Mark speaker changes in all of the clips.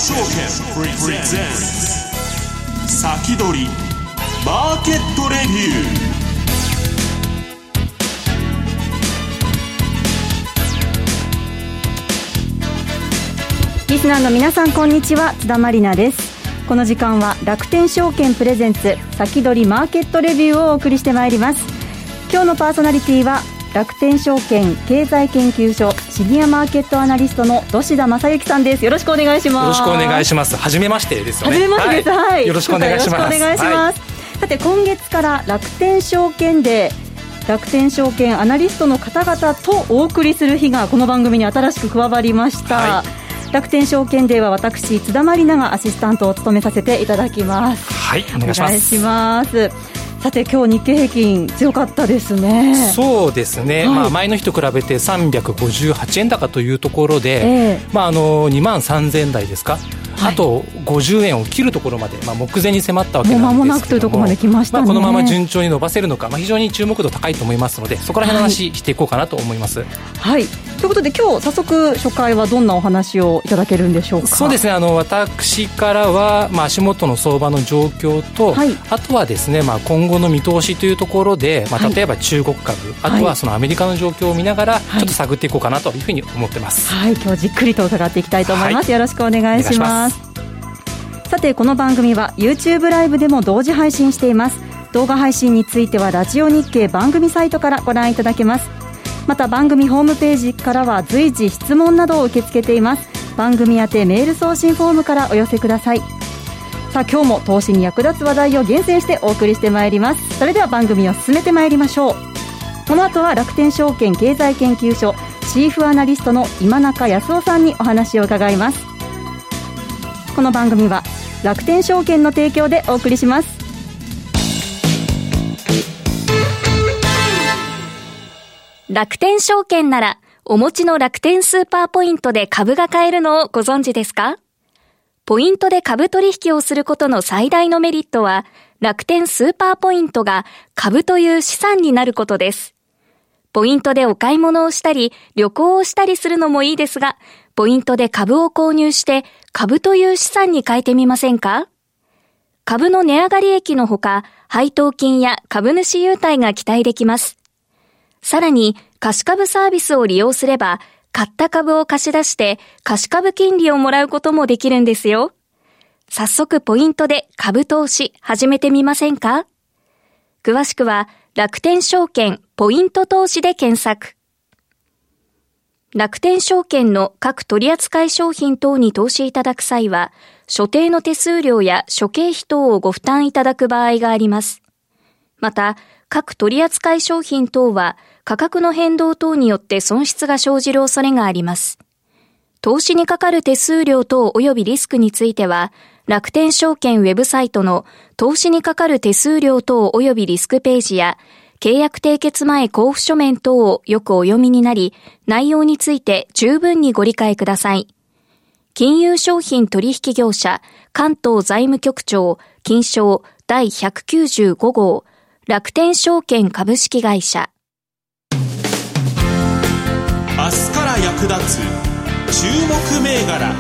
Speaker 1: 証券プレゼンツ先取りマーケットレビュ
Speaker 2: ー。リスナーの皆さんこんにちは、津田まりなです。この時間は楽天証券プレゼンツ先取りマーケットレビューをお送りしてまいります。今日のパーソナリティは楽天証券経済研究所シニアマーケットアナリストの土田正幸さんです。よろしくお願いします。
Speaker 3: よろしくお願いします。はじめましてですよね。
Speaker 2: はじめましてです、はい、
Speaker 3: よろしくお願いします。
Speaker 2: よろしくお願いします、はい、さて今月から楽天証券で楽天証券アナリストの方々とお送りする日がこの番組に新しく加わりました、はい、楽天証券デーは私津田まりながアシスタントを務めさせていただきます。
Speaker 3: はい、お願いします。
Speaker 2: お願いします。さて今日日経平均強かったですね。
Speaker 3: そうですね、はい、前の日と比べて358円高というところで、2万3000円台ですか、はい、あと50円を切るところまで、目前に迫ったわけなんですけども、
Speaker 2: もう間もなくというところまで来ましたね。
Speaker 3: このまま順調に伸ばせるのか、非常に注目度高いと思いますので、そこら辺の話していこうかなと思います。
Speaker 2: はい、ということで今日早速初回はどんなお話をいただけるんでしょうか。
Speaker 3: そうですね、私からは、足元の相場の状況と、はい、あとはですね、今後の見通しというところで、例えば中国株、はい、あとはそのアメリカの状況を見ながら、ちょっと探っていこうかなというふうに思ってます。
Speaker 2: はい、今日じっくりと伺っていきたいと思います、はい、よろしくお願いします。さてこの番組は YouTube ライブでも同時配信しています。動画配信についてはラジオ日経番組サイトからご覧いただけます。また番組ホームページからは随時質問などを受け付けています。番組宛てメール送信フォームからお寄せください。さあ今日も投資に役立つ話題を厳選してお送りしてまいります。それでは番組を進めてまいりましょう。この後は楽天証券経済研究所チーフアナリストの今中康夫さんにお話を伺います。この番組は楽天証券の提供でお送りします。
Speaker 4: 楽天証券ならお持ちの楽天スーパーポイントで株が買えるのをご存知ですか？ポイントで株取引をすることの最大のメリットは、楽天スーパーポイントが株という資産になることです。ポイントでお買い物をしたり、旅行をしたりするのもいいですが、ポイントで株を購入して株という資産に変えてみませんか？株の値上がり益のほか、配当金や株主優待が期待できます。さらに、貸株サービスを利用すれば、買った株を貸し出して貸株金利をもらうこともできるんですよ。早速ポイントで株投資始めてみませんか？詳しくは楽天証券ポイント投資で検索。楽天証券の各取扱商品等に投資いただく際は、所定の手数料や諸経費等をご負担いただく場合があります。また、各取扱商品等は価格の変動等によって損失が生じる恐れがあります。投資にかかる手数料等及びリスクについては、楽天証券ウェブサイトの投資にかかる手数料等及びリスクページや、契約締結前交付書面等をよくお読みになり、内容について十分にご理解ください。金融商品取引業者関東財務局長金商第195号楽天証券株式会社。
Speaker 1: 明日から役立つ注目銘柄。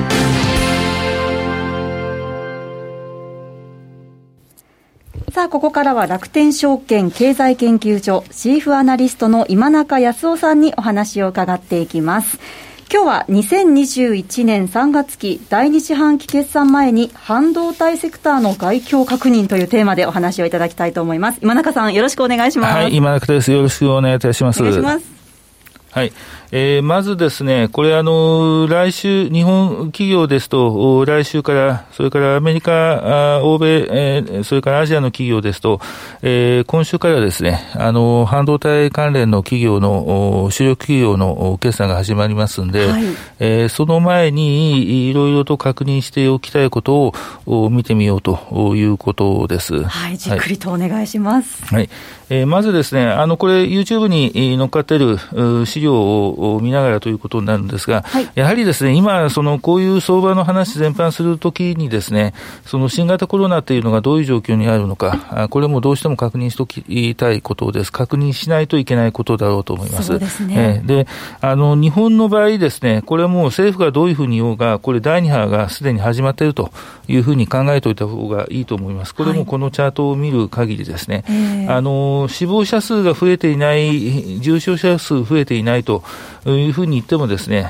Speaker 2: さあここからは楽天証券経済研究所チーフアナリストの今中康夫さんにお話を伺っていきます。今日は2021年3月期第2四半期決算前に半導体セクターの概況確認というテーマでお話をいただきたいと思います。今中さんよろしくお願いします。
Speaker 5: はい、今中です。よろしくお願いいたします。
Speaker 2: お願いします。
Speaker 5: はい。まずですね、これ来週、日本企業ですと、来週から、それからアメリカ、欧米、それからアジアの企業ですと、今週からですね、半導体関連の企業の、主力企業の決算が始まりますんで、はい、その前に、いろいろと確認しておきたいことを見てみようということです。
Speaker 2: はい、じっくりとお願いします。
Speaker 5: はい。 まずですね、これ YouTube に乗っかっている資料を見ながらということになるんですが、はい、やはりですね、今、こういう相場の話全般するときにですね、その新型コロナというのがどういう状況にあるのか、これもどうしても確認しておきたいことです。確認しないといけないことだろうと思います。
Speaker 2: そうですね。
Speaker 5: で、日本の場合ですね、これはもう政府がどういうふうに言おうが、これ第2波がすでに始まっているというふうに考えておいた方がいいと思います。これもこのチャートを見る限りですね、死亡者数が増えていない、重症者数増えていないというふうに言ってもですね、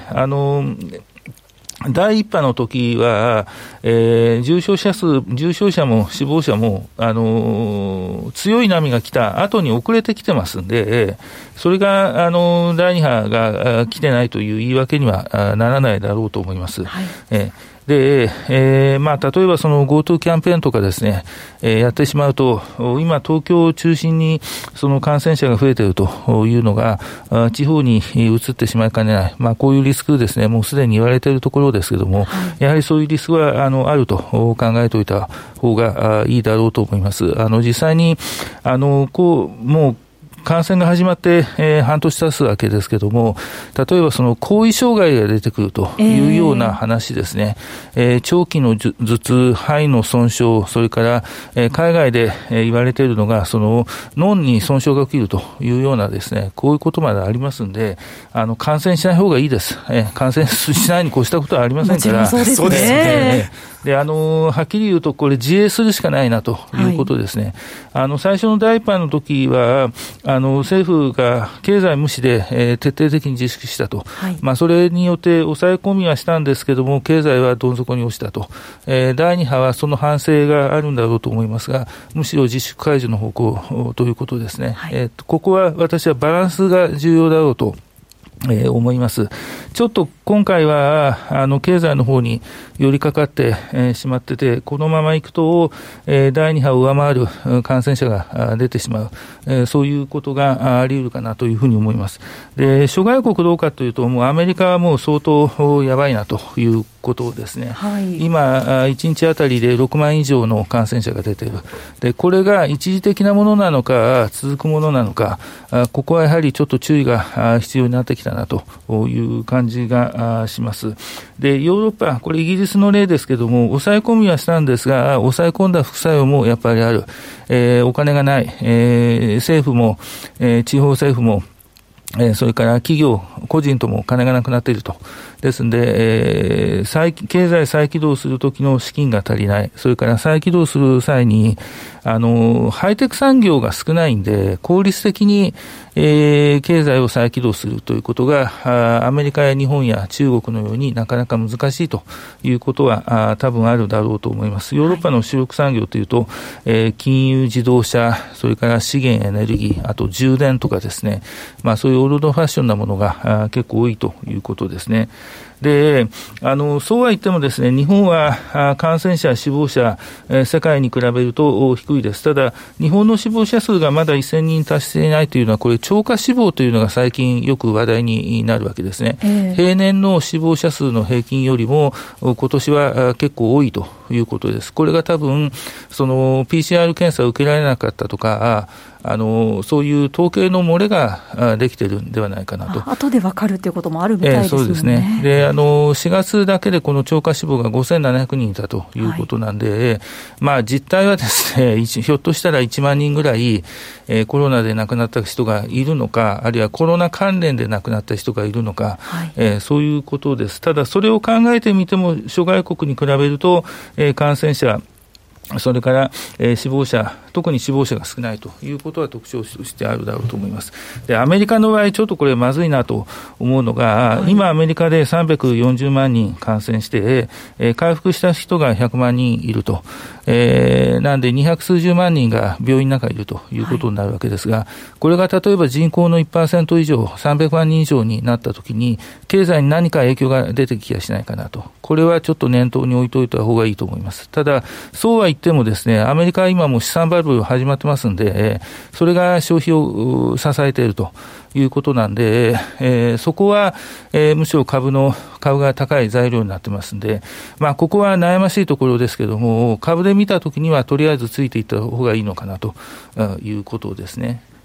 Speaker 5: 第1波の時は、重症者も死亡者も、強い波が来た後に遅れてきてますんで、それが、第2波が来てないという言い訳にはならないだろうと思います。はい。で、例えばその GoTo キャンペーンとかですね、やってしまうと、今東京を中心にその感染者が増えているというのが、地方に移ってしまいかねない。こういうリスクですね、もうすでに言われているところですけども、やはりそういうリスクは、あると考えておいた方がいいだろうと思います。実際に、もう、感染が始まって、半年経つわけですけども、例えばその後遺障害が出てくるというような話ですね。長期の頭痛、肺の損傷、それから、海外で、言われているのが、その脳に損傷が起きるというようなですね、こういうことまでありますんで、感染しない方がいいです。感染しないに越したことはありませんから。
Speaker 2: そうですね。
Speaker 5: で、はっきり言うと、これ自衛するしかないなということですね。最初の第1波の時は、政府が経済無視で、徹底的に自粛したと。はい、それによって抑え込みはしたんですけども、経済はどん底に落ちたと。第2波はその反省があるんだろうと思いますが、むしろ自粛解除の方向ということですね。はい、ここは私はバランスが重要だろうと。思います。ちょっと今回は経済の方に寄りかかってしまってて、このままいくと第2波を上回る感染者が出てしまう、そういうことがあり得るかなというふうに思います。で、諸外国どうかというと、もうアメリカはもう相当やばいなということですね。はい、今1日あたりで6万以上の感染者が出ている。で、これが一時的なものなのか続くものなのか、ここはやはりちょっと注意が必要になってきたなという感じがします。で、ヨーロッパ、これイギリスの例ですけども、抑え込みはしたんですが、抑え込んだ副作用もやっぱりある。お金がない、政府も、地方政府も、それから企業、個人とも金がなくなっていると。ですので、経済再起動するときの資金が足りない。それから再起動する際に、ハイテク産業が少ないんで、効率的に、経済を再起動するということが、アメリカや日本や中国のようになかなか難しいということは、多分あるだろうと思います。ヨーロッパの主力産業というと、金融、自動車、それから資源エネルギー、あと充電とかですね、そういうオールドファッションなものが結構多いということですね。で、そうは言ってもですね、日本は感染者、死亡者、世界に比べると低いです。ただ、日本の死亡者数がまだ1000人達していないというのは、これ超過死亡というのが最近よく話題になるわけですね。平年の死亡者数の平均よりも、今年は結構多いということです。これが多分、その PCR 検査を受けられなかったとか、そういう統計の漏れができているんではないかなと。
Speaker 2: 後で分かるということもあるみたいですよね。
Speaker 5: そうですね。で、4月だけでこの超過死亡が5700人いたということなんで、実態はですね、ひょっとしたら1万人ぐらい、コロナで亡くなった人がいるのか、あるいはコロナ関連で亡くなった人がいるのか、そういうことです。ただ、それを考えてみても、諸外国に比べると、感染者、それから、死亡者、特に死亡者が少ないということは特徴としてあるだろうと思います。で、アメリカの場合、ちょっとこれまずいなと思うのが、今アメリカで340万人感染して、回復した人が100万人いると。なんで200数十万人が病院の中にいるということになるわけですが、これが例えば人口の 1% 以上、300万人以上になったときに、経済に何か影響が出てきやしないかなと。これはちょっと念頭に置いておいた方がいいと思います。ただ、そうは言ってもですね、アメリカは今も資産バブル始まってますんで、それが消費を支えているということなんで、そこは、むしろ株が高い材料になってますんで、ここは悩ましいところですけども、株で見たときにはとりあえずついていった方がいいのかなということですね。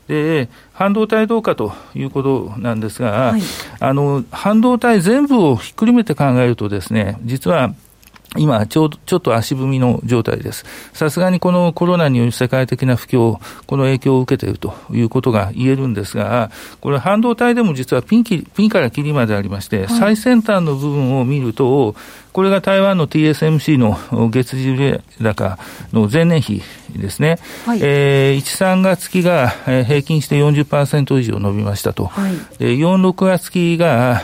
Speaker 5: で、半導体どうかということなんですが、半導体全部をひっくるめて考えるとですね、実は今ちょっと足踏みの状態です。さすがにこのコロナによる世界的な不況、この影響を受けているということが言えるんですが、これ半導体でも実はピンからキリまでありまして、最先端の部分を見ると、これが台湾の TSMC の月次売高の前年比ですね。1、3月期が平均して 40% 以上伸びましたと。4、6月期が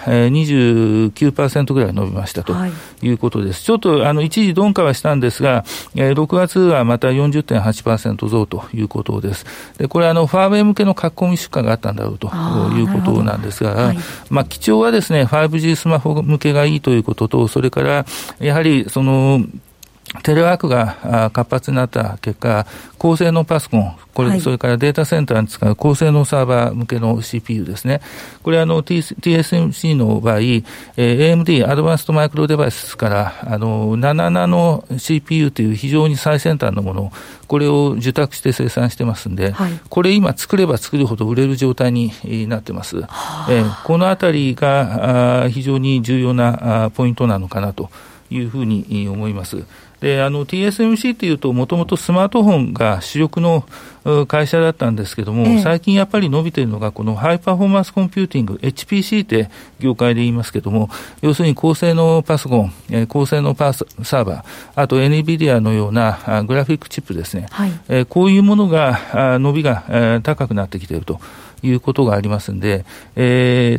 Speaker 5: 29% ぐらい伸びましたということです。ちょっと一時鈍化はしたんですが、6月はまた 40.8% 増ということです。で、これファーウェイ向けの書き込み出荷があったんだろうということなんですが、基調はですね、5G スマホ向けがいいということと、それからやはりテレワークが活発になった結果、高性能パソコン、それからデータセンターに使う高性能サーバー向けの CPU ですね。これTSMC の場合、AMD アドバンストマイクロデバイスから7ナノ CPU という非常に最先端のもの、これを受託して生産してますんで、これ今作れば作るほど売れる状態になってます。このあたりが非常に重要なポイントなのかなというふうに思います。で、TSMC っていうと、もともとスマートフォンが主力の会社だったんですけども、最近やっぱり伸びているのが、このハイパフォーマンスコンピューティング、HPC って業界で言いますけども、要するに高性能パソコン、高性能サーバー、あと NVIDIA のようなグラフィックチップですね。こういうものが、伸びが高くなってきているということがありますんで、明日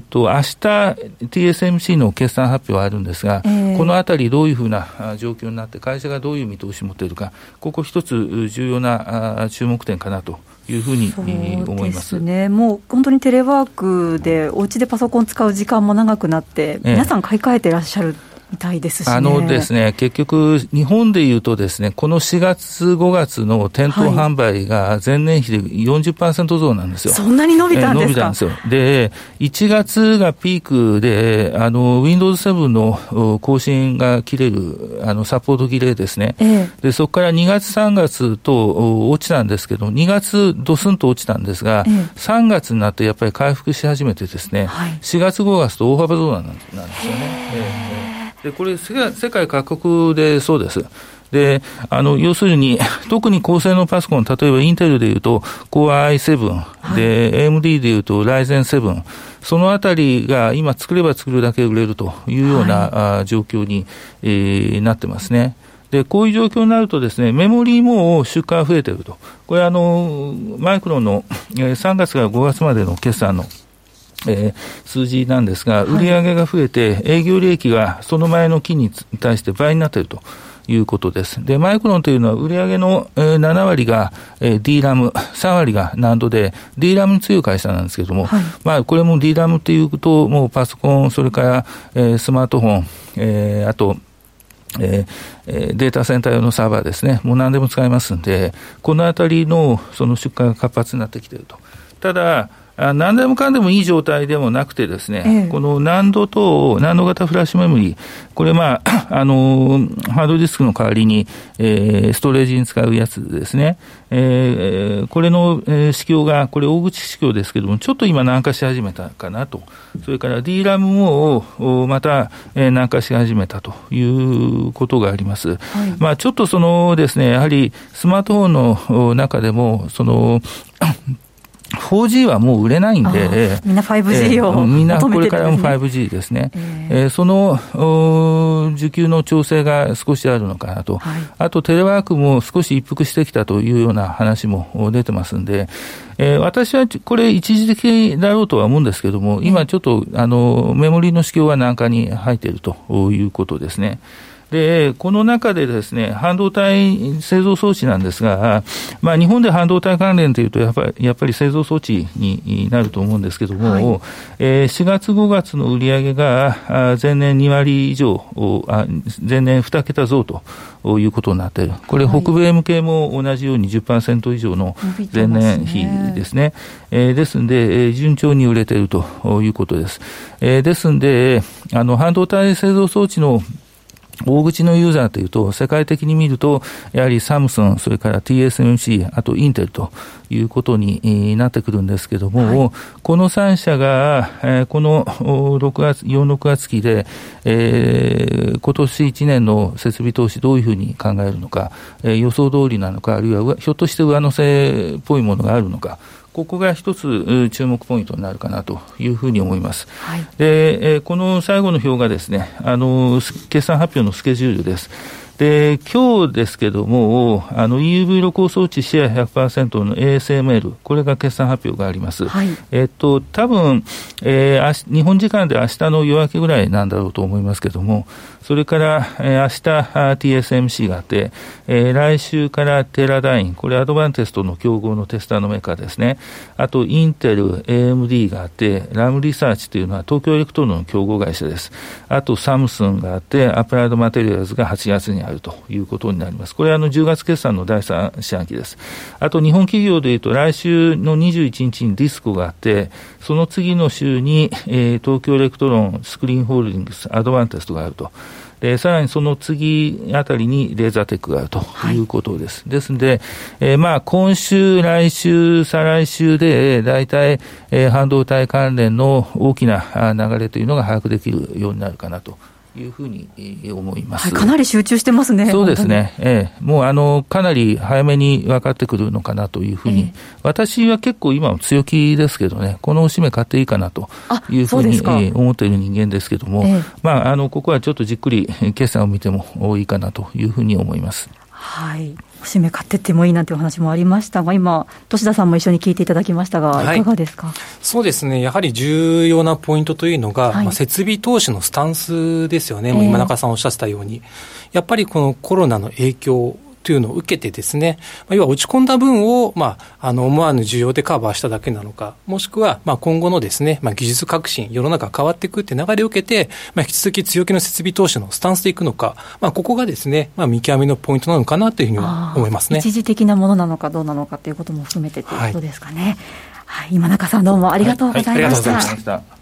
Speaker 5: TSMC の決算発表はあるんですが、このあたりどういうふうな状況になって会社がどういう見通しを持っているか、ここ一つ重要な注目点かなというふうに思います。
Speaker 2: そうですね。もう本当にテレワークでお家でパソコン使う時間も長くなって、皆さん買い替えていらっしゃるみたいですしね。
Speaker 5: ですね、結局日本でいうとですね、この4月5月の店頭販売が前年比で 40% 増なんですよ。
Speaker 2: そんなに伸びたんですか？
Speaker 5: 伸びたんですよ。で、1月がピークでWindows 7の更新が切れるサポート切れですね。で、そこから2月3月と落ちたんですけど、2月ドスンと落ちたんですが、3月になってやっぱり回復し始めてですね、4月5月と大幅増なんですよね。で、これ世界各国でそうです。で、要するに特に高性能パソコン、例えばインテルでいうと Core i7 で、AMD でいうと Ryzen 7、そのあたりが今作れば作るだけ売れるというような、状況に、なってますね。で、こういう状況になるとですね、メモリーも出荷が増えていると。これマイクロンの3月から5月までの決算の数字なんですが、売上が増えて営業利益がその前の期に対して倍になっているということです。で、マイクロンというのは売上の7割が DRAM、3割がナンドで DRAM に強い会社なんですけれども、これも DRAM っていうともうパソコン、それからスマートフォン、あとデータセンター用のサーバーですね、もう何でも使えますんで、このあたりのその出荷が活発になってきていると。ただ何でもかんでもいい状態でもなくてですね、このナンド型フラッシュメモリー、これハードディスクの代わりに、ストレージに使うやつですね。これの、市況が、これ大口市況ですけども、ちょっと今軟化し始めたかなと。それから DRAM もまた、軟化し始めたということがあります。ちょっとですね、やはりスマートフォンの中でも、4G はもう売れないんで、
Speaker 2: みんな 5G を
Speaker 5: みんなこれからも 5G ですね。その需給の調整が少しあるのかなと。あとテレワークも少し一服してきたというような話も出てますんで、私はこれ一時的だろうとは思うんですけども、今ちょっとメモリーの市況は軟化に入っているということですね。で、この中でですね、半導体製造装置なんですが、日本で半導体関連というとやっぱり製造装置になると思うんですけども、4月5月の売上が前年2割以上、前年2桁増ということになっている。これ北米向けも同じように 10% 以上の前年比ですね。ですんで、順調に売れているということです。ですんで、半導体製造装置の大口のユーザーというと、世界的に見ると、やはりサムスン、それから TSMC、あとインテルということになってくるんですけども、はい、この3社が、この4、6月期で、今年1年の設備投資どういうふうに考えるのか、予想通りなのか、あるいはひょっとして上乗せっぽいものがあるのか、ここが一つ注目ポイントになるかなというふうに思います。はい、で、この最後の表がですね、決算発表のスケジュールです。で、今日ですけども、EUV 露光装置シェア 100% の ASML、これが決算発表があります。はい、多分、日本時間で明日の夜明けぐらいなんだろうと思いますけども、それから、明日 TSMC があって、来週からテラダイン、これアドバンテストの競合のテスターのメーカーですね。あと、インテル、AMD があって、ラムリサーチというのは東京エレクトロンの競合会社です。あと、サムスンがあって、アプライドマテリアルズが8月にあるということになります。これは10月決算の第3四半期です。あと、日本企業でいうと、来週の21日にディスコがあって、その次の週に、東京エレクトロン、スクリーンホールディングス、アドバンテストがあると。で、さらにその次あたりにレーザーテックがあるということです。はい、ですので、今週、来週、再来週で、だいたい、半導体関連の大きな流れというのが把握できるようになるかなというふうに思います。
Speaker 2: はい、かなり集中してますね。
Speaker 5: そうですね。もうかなり早めに分かってくるのかなというふうに、私は結構今も強気ですけどね、このおしめ買っていいかなというふうに思っている人間ですけども、ここはちょっとじっくり決算を見てもいいかなというふうに思います。
Speaker 2: はい。おしめ買ってってもいいなんていうお話もありましたが、今、土田さんも一緒に聞いていただきましたが、いかがですか？
Speaker 3: そうですね。やはり重要なポイントというのが、設備投資のスタンスですよね。もう今中さんおっしゃってたように。やっぱりこのコロナの影響というのを受けてですね、要は落ち込んだ分を、思わぬ需要でカバーしただけなのか、もしくは、今後のですね、技術革新、世の中変わっていくって流れを受けて、引き続き強気の設備投資のスタンスでいくのか、ここがですね、見極めのポイントなのかなというふうには思いますね。
Speaker 2: 一時的なものなのかどうなのかということも含めてということですかね。はい、今中さんどうもありがとうございました。ありがとうございました。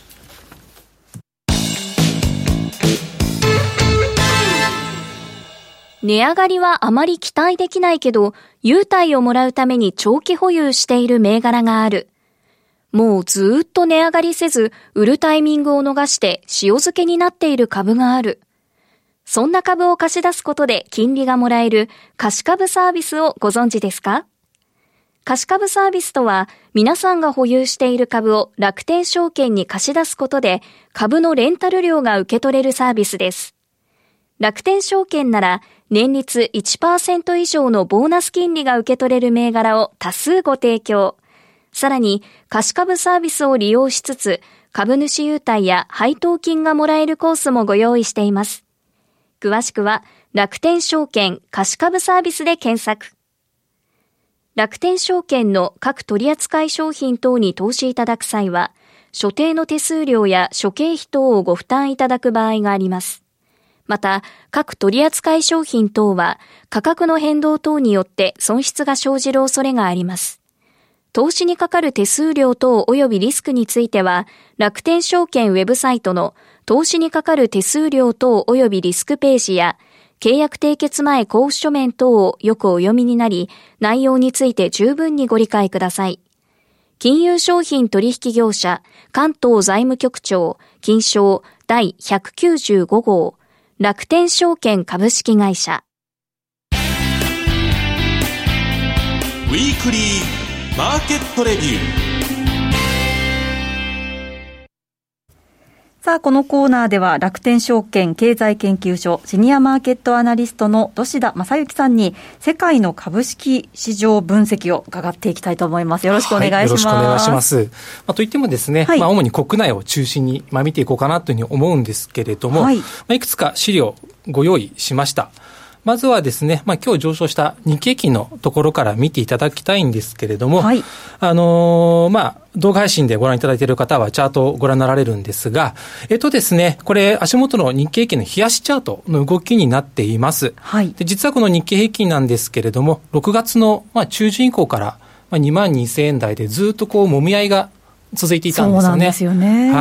Speaker 4: 値上がりはあまり期待できないけど、優待をもらうために長期保有している銘柄がある。もうずーっと値上がりせず、売るタイミングを逃して塩漬けになっている株がある。そんな株を貸し出すことで金利がもらえる貸株サービスをご存知ですか？貸株サービスとは、皆さんが保有している株を楽天証券に貸し出すことで、株のレンタル料が受け取れるサービスです。楽天証券なら、年率 1% 以上のボーナス金利が受け取れる銘柄を多数ご提供。さらに、貸株サービスを利用しつつ、株主優待や配当金がもらえるコースもご用意しています。詳しくは、楽天証券貸株サービスで検索。楽天証券の各取扱商品等に投資いただく際は、所定の手数料や諸経費等をご負担いただく場合があります。また、各取扱商品等は価格の変動等によって損失が生じる恐れがあります。投資にかかる手数料等及びリスクについては、楽天証券ウェブサイトの投資にかかる手数料等及びリスクページや、契約締結前交付書面等をよくお読みになり、内容について十分にご理解ください。金融商品取引業者、関東財務局長、金商第195号、楽天証券株式会社。
Speaker 1: ウィークリーマーケットレビュー。
Speaker 2: さあ、このコーナーでは楽天証券経済研究所シニアマーケットアナリストの土田正幸さんに世界の株式市場分析を伺っていきたいと思います。よろしくお願いします。
Speaker 3: よろしくお願いします。といってもですね、主に国内を中心に見ていこうかなというふうに思うんですけれども、いくつか資料ご用意しました。まずはですね、今日上昇した日経平均のところから見ていただきたいんですけれども、動画配信でご覧いただいている方はチャートをご覧になられるんですが、ですね、これ足元の日経平均の冷やしチャートの動きになっています。で、実はこの日経平均なんですけれども、6月の中旬以降から22,000円台でずっともみ合いが続いていたんですよね。
Speaker 2: そうなんですよね。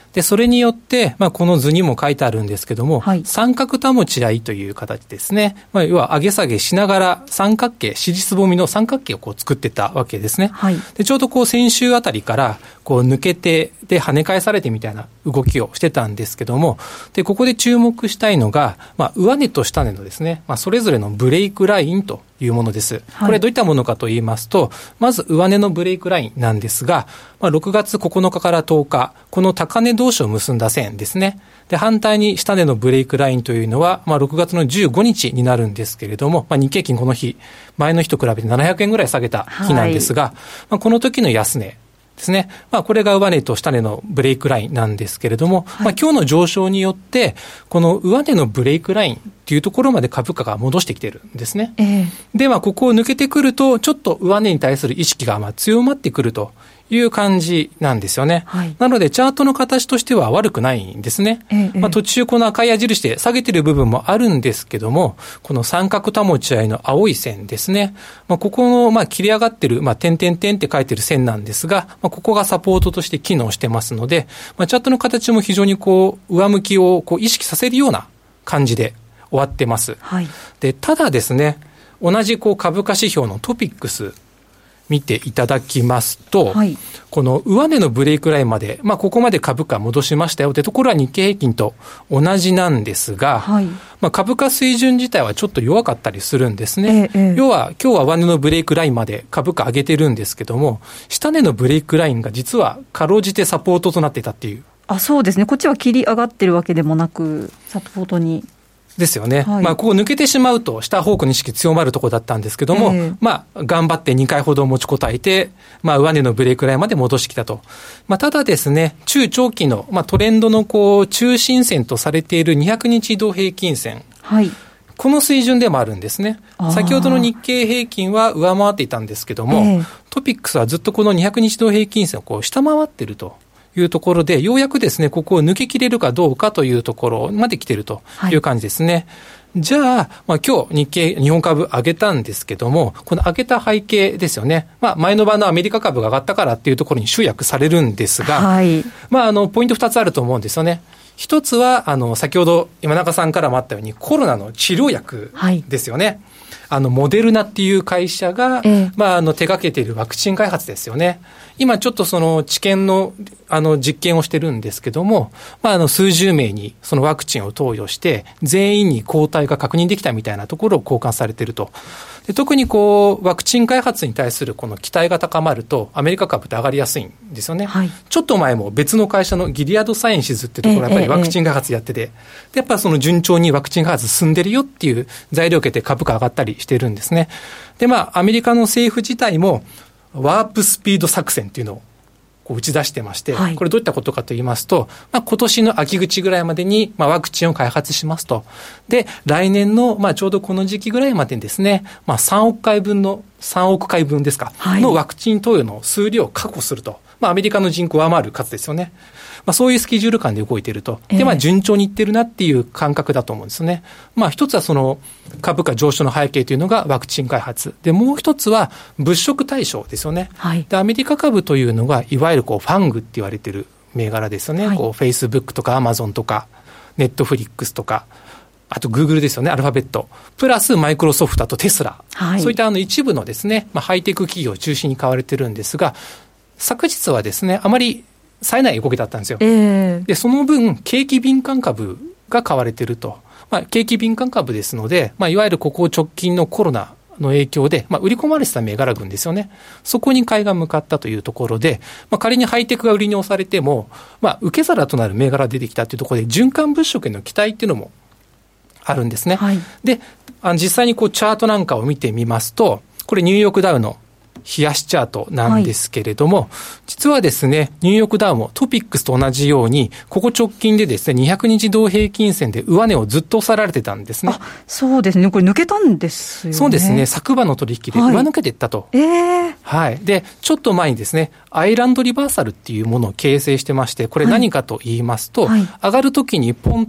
Speaker 3: で、それによって、この図にも書いてあるんですけども、はい、三角保ち合いという形ですね。要は上げ下げしながら三角形、尻すぼみの三角形をこう作っていったわけですね。はい、で、ちょうどこう先週あたりからこう抜けて、で、跳ね返されてみたいな動きをしてたんですけども、で、ここで注目したいのが、上値と下値のですね、それぞれのブレイクラインというものです。これどういったものかと言いますと、まず上値のブレイクラインなんですが、6月9日から10日、この高値同士を結んだ線ですね。で、反対に下値のブレイクラインというのは、6月の15日になるんですけれども、日経金この日、前の日と比べて700円ぐらい下げた日なんですが、この時の安値ですね。これが上値と下値のブレイクラインなんですけれども、今日の上昇によって、この上値のブレイクラインっていうところまで株価が戻してきてるんですね。で、ここを抜けてくると、ちょっと上値に対する意識が強まってくるという感じなんですよね。はい、なのでチャートの形としては悪くないんですね。途中この赤い矢印で下げてる部分もあるんですけども、この三角保ち合いの青い線ですね。ここの切り上がってる点々点って書いてる線なんですが、ここがサポートとして機能してますので、チャートの形も非常にこう上向きをこう意識させるような感じで終わってます。はい、で、ただですね、同じこう株価指標のトピックス見ていただきますと、はい、この上値のブレイクラインまで、ここまで株価戻しましたよってところは日経平均と同じなんですが、はい、株価水準自体はちょっと弱かったりするんですね。要は今日は上値のブレイクラインまで株価上げてるんですけども、下値のブレイクラインが実はかろうじてサポートとなっていたっていう。
Speaker 2: そうですね。こっちは切り上がってるわけでもなく、サポートに。
Speaker 3: ですよね。はい、ここ抜けてしまうと下方向の意識強まるところだったんですけども、頑張って2回ほど持ちこたえて、上値のブレイクラインまで戻してきたと。ただですね、中長期の、トレンドのこう中心線とされている200日移動平均線。はい。この水準でもあるんですね。先ほどの日経平均は上回っていたんですけども、トピックスはずっとこの200日移動平均線をこう下回っているというところで、ようやくですね、ここを抜けきれるかどうかというところまで来ているという感じですね。はい、じゃあ、今日日本株上げたんですけども、この上げた背景ですよね。前の晩のアメリカ株が上がったからっていうところに集約されるんですが、はい、ポイント2つあると思うんですよね。一つは、先ほど今中さんからもあったようにコロナの治療薬ですよね。はい、モデルナっていう会社が、手掛けているワクチン開発ですよね。今ちょっとその治験の、実験をしてるんですけども、数十名にそのワクチンを投与して、全員に抗体が確認できたみたいなところを交換されていると。で、特にこう、ワクチン開発に対するこの期待が高まると、アメリカ株って上がりやすいんですよね。はい、ちょっと前も別の会社のギリアドサイエンシズってところやっぱりワクチン開発やってて、で、やっぱその順調にワクチン開発進んでるよっていう材料を受けて株価上がったりしてるんですね。で、アメリカの政府自体も、ワープスピード作戦っていうのをこう打ち出してまして、はい、これどういったことかと言いますと、今年の秋口ぐらいまでに、ワクチンを開発しますと。で、来年の、ちょうどこの時期ぐらいまでにですね、3億回分ですか、はい、のワクチン投与の数量を確保すると。アメリカの人口を上回る数ですよね。そういうスケジュール感で動いていると。で、順調にいってるなっていう感覚だと思うんですよね。一つはその株価上昇の背景というのがワクチン開発。で、もう一つは物色対象ですよね。はい、で、アメリカ株というのが、いわゆるこうファングって言われている銘柄ですよね。はい、こう、Facebook とか Amazon とか、Netflix とか、あと Google ですよね、アルファベット。プラスマイクロソフトとテスラ。はい、そういった一部のですね、ハイテク企業を中心に買われてるんですが、昨日はですね、あまり冴えない動きだったんですよ。で、その分、景気敏感株が買われていると。景気敏感株ですので、いわゆるここ直近のコロナの影響で、売り込まれてた銘柄群ですよね。そこに買いが向かったというところで、仮にハイテクが売りに押されても、受け皿となる銘柄が出てきたというところで、循環物色への期待っていうのもあるんですね。はい、で、実際にこうチャートなんかを見てみますと、これニューヨークダウの冷やしチャートなんですけれども、はい、実はですね、ニューヨークダウもトピックスと同じように、ここ直近でですね、200日同平均線で上値をずっと押さられてたんですね。
Speaker 2: そうですね。これ抜けたんですよね。
Speaker 3: そうですね。昨晩の取引で上抜けていったと。はい。で、ちょっと前にですね、アイランドリバーサルっていうものを形成してまして、これ何かと言いますと、上がるときにポンと、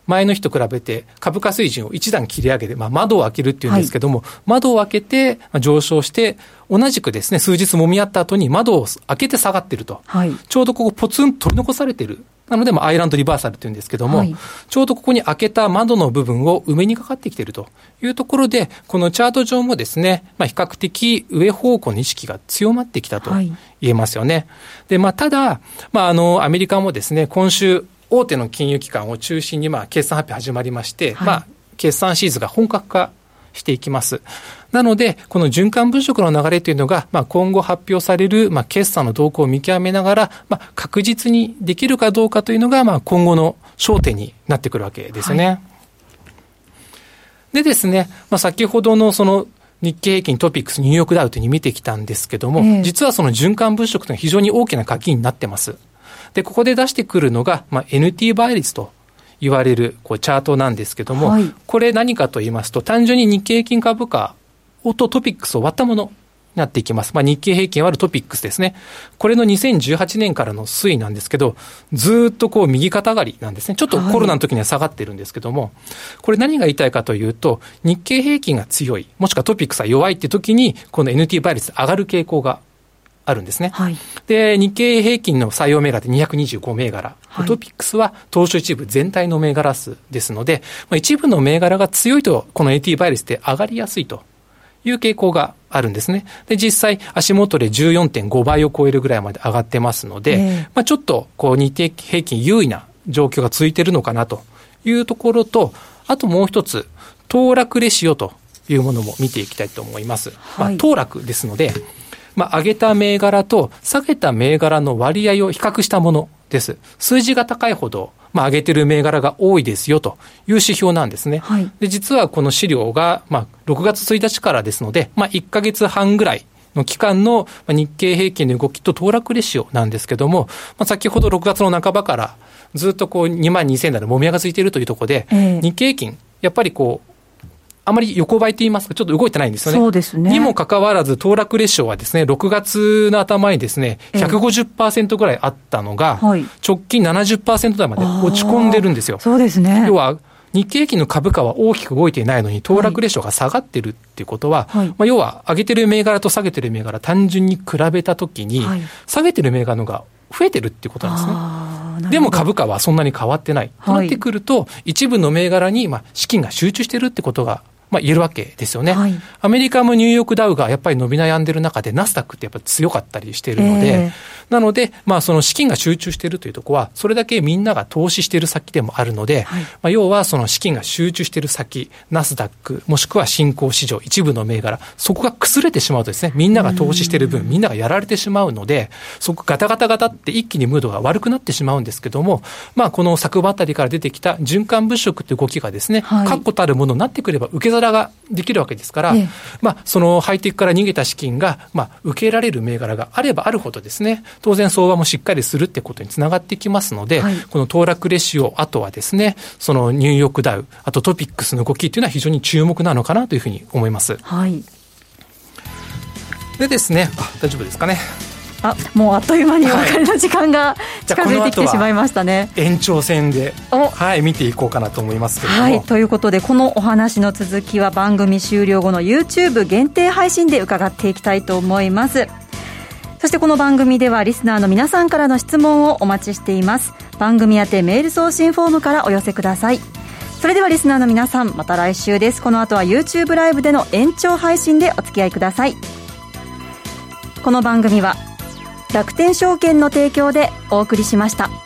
Speaker 3: 前の日と比べて株価水準を一段切り上げて、窓を開けるっていうんですけども、窓を開けて上昇して、同じくですね、数日揉み合った後に窓を開けて下がってると。ちょうどここポツンと取り残されてる。なので、アイランドリバーサルというんですけども、ちょうどここに開けた窓の部分を埋めにかかってきているというところで、このチャート上もですね、比較的上方向の意識が強まってきたと言えますよね。で、ただ、アメリカもですね、今週、大手の金融機関を中心に決算発表始まりまして、決算シーズンが本格化していきます。なので、この循環物色の流れというのが、今後発表される、決算の動向を見極めながら、確実にできるかどうかというのが、今後の焦点になってくるわけですね。でですね、先ほどのその日経平均トピックスニューヨークダウというに見てきたんですけども、実はその循環物色というのは非常に大きな鍵になってます。で、ここで出してくるのが、NT 倍率と言われるチャートなんですけども、これ何かと言いますと、単純に日経平均株価とトピックスを割ったものになっていきます。日経平均割るトピックスですね。これの2018年からの推移なんですけど、ずっと右肩上がりなんですね。ちょっとコロナの時には下がってるんですけども、これ何が言いたいかというと、日経平均が強い、もしくはトピックスが弱いって時に、この NT 倍率上がる傾向があるんですね。で、日経平均の採用銘柄で225銘柄。トピックスは東証一部全体の銘柄数ですので、一部の銘柄が強いと、この NT 倍率って上がりやすいという傾向があるんですね。で、実際足元で 14.5 倍を超えるぐらいまで上がってますので、ちょっと日経平均優位な状況が続いているのかなというところと、あともう一つ、騰落レシオというものも見ていきたいと思います。騰落ですので、上げた銘柄と下げた銘柄の割合を比較したものです。数字が高いほど、上げてる銘柄が多いですよという指標なんですね。で、実はこの資料が、6月1日からですので、1ヶ月半ぐらいの期間の日経平均の動きと騰落レシオなんですけども、先ほど6月の半ばからずっと22,000台のもみ合いがついているというところで、日経平均、やっぱりあまり横ばいと言いますか、ちょっと動いてないんですよね。
Speaker 2: そうですね。
Speaker 3: にもかかわらず、騰落レシオはですね、6月の頭にですね、150% ぐらいあったのが、直近 70% 台まで落ち込んでるんですよ。
Speaker 2: そうですね。
Speaker 3: 要は、日経平均の株価は大きく動いていないのに、騰落レシオが下がってるっていうことは、要は、上げてる銘柄と下げてる銘柄、単純に比べたときに、下げてる銘柄のが増えてるっていうことなんですね。でも株価はそんなに変わってない。となってくると、一部の銘柄に資金が集中してるってことが、言えるわけですよね。アメリカもニューヨークダウがやっぱり伸び悩んでる中で、ナスダックってやっぱり強かったりしているので、なので、その資金が集中しているというところは、それだけみんなが投資している先でもあるので、要はその資金が集中している先、ナスダック、もしくは新興市場、一部の銘柄、そこが崩れてしまうとですね、みんなが投資している分、みんながやられてしまうので、そこガタガタガタって一気にムードが悪くなってしまうんですけども、この昨場あたりから出てきた循環物色という動きがですね、確固たるものになってくれば受け皿ができるわけですから、そのハイテクから逃げた資金が、受けられる銘柄があればあるほどですね、当然相場もしっかりするってことにつながってきますので、この騰落レシオ、あとはですね、そのニューヨークダウ、あとトピックスの動きというのは非常に注目なのかなというふうに思います。でですね、大丈夫ですかね。
Speaker 2: もうあっという間にお別れの時間が近づいてきてしまいましたね。
Speaker 3: 延長戦で、見ていこうかなと思いますけれども、
Speaker 2: ということでこのお話の続きは番組終了後の YouTube 限定配信で伺っていきたいと思います。そしてこの番組ではリスナーの皆さんからの質問をお待ちしています。番組宛てメール送信フォームからお寄せください。それではリスナーの皆さん、また来週です。この後は YouTube ライブでの延長配信でお付き合いください。この番組は楽天証券の提供でお送りしました。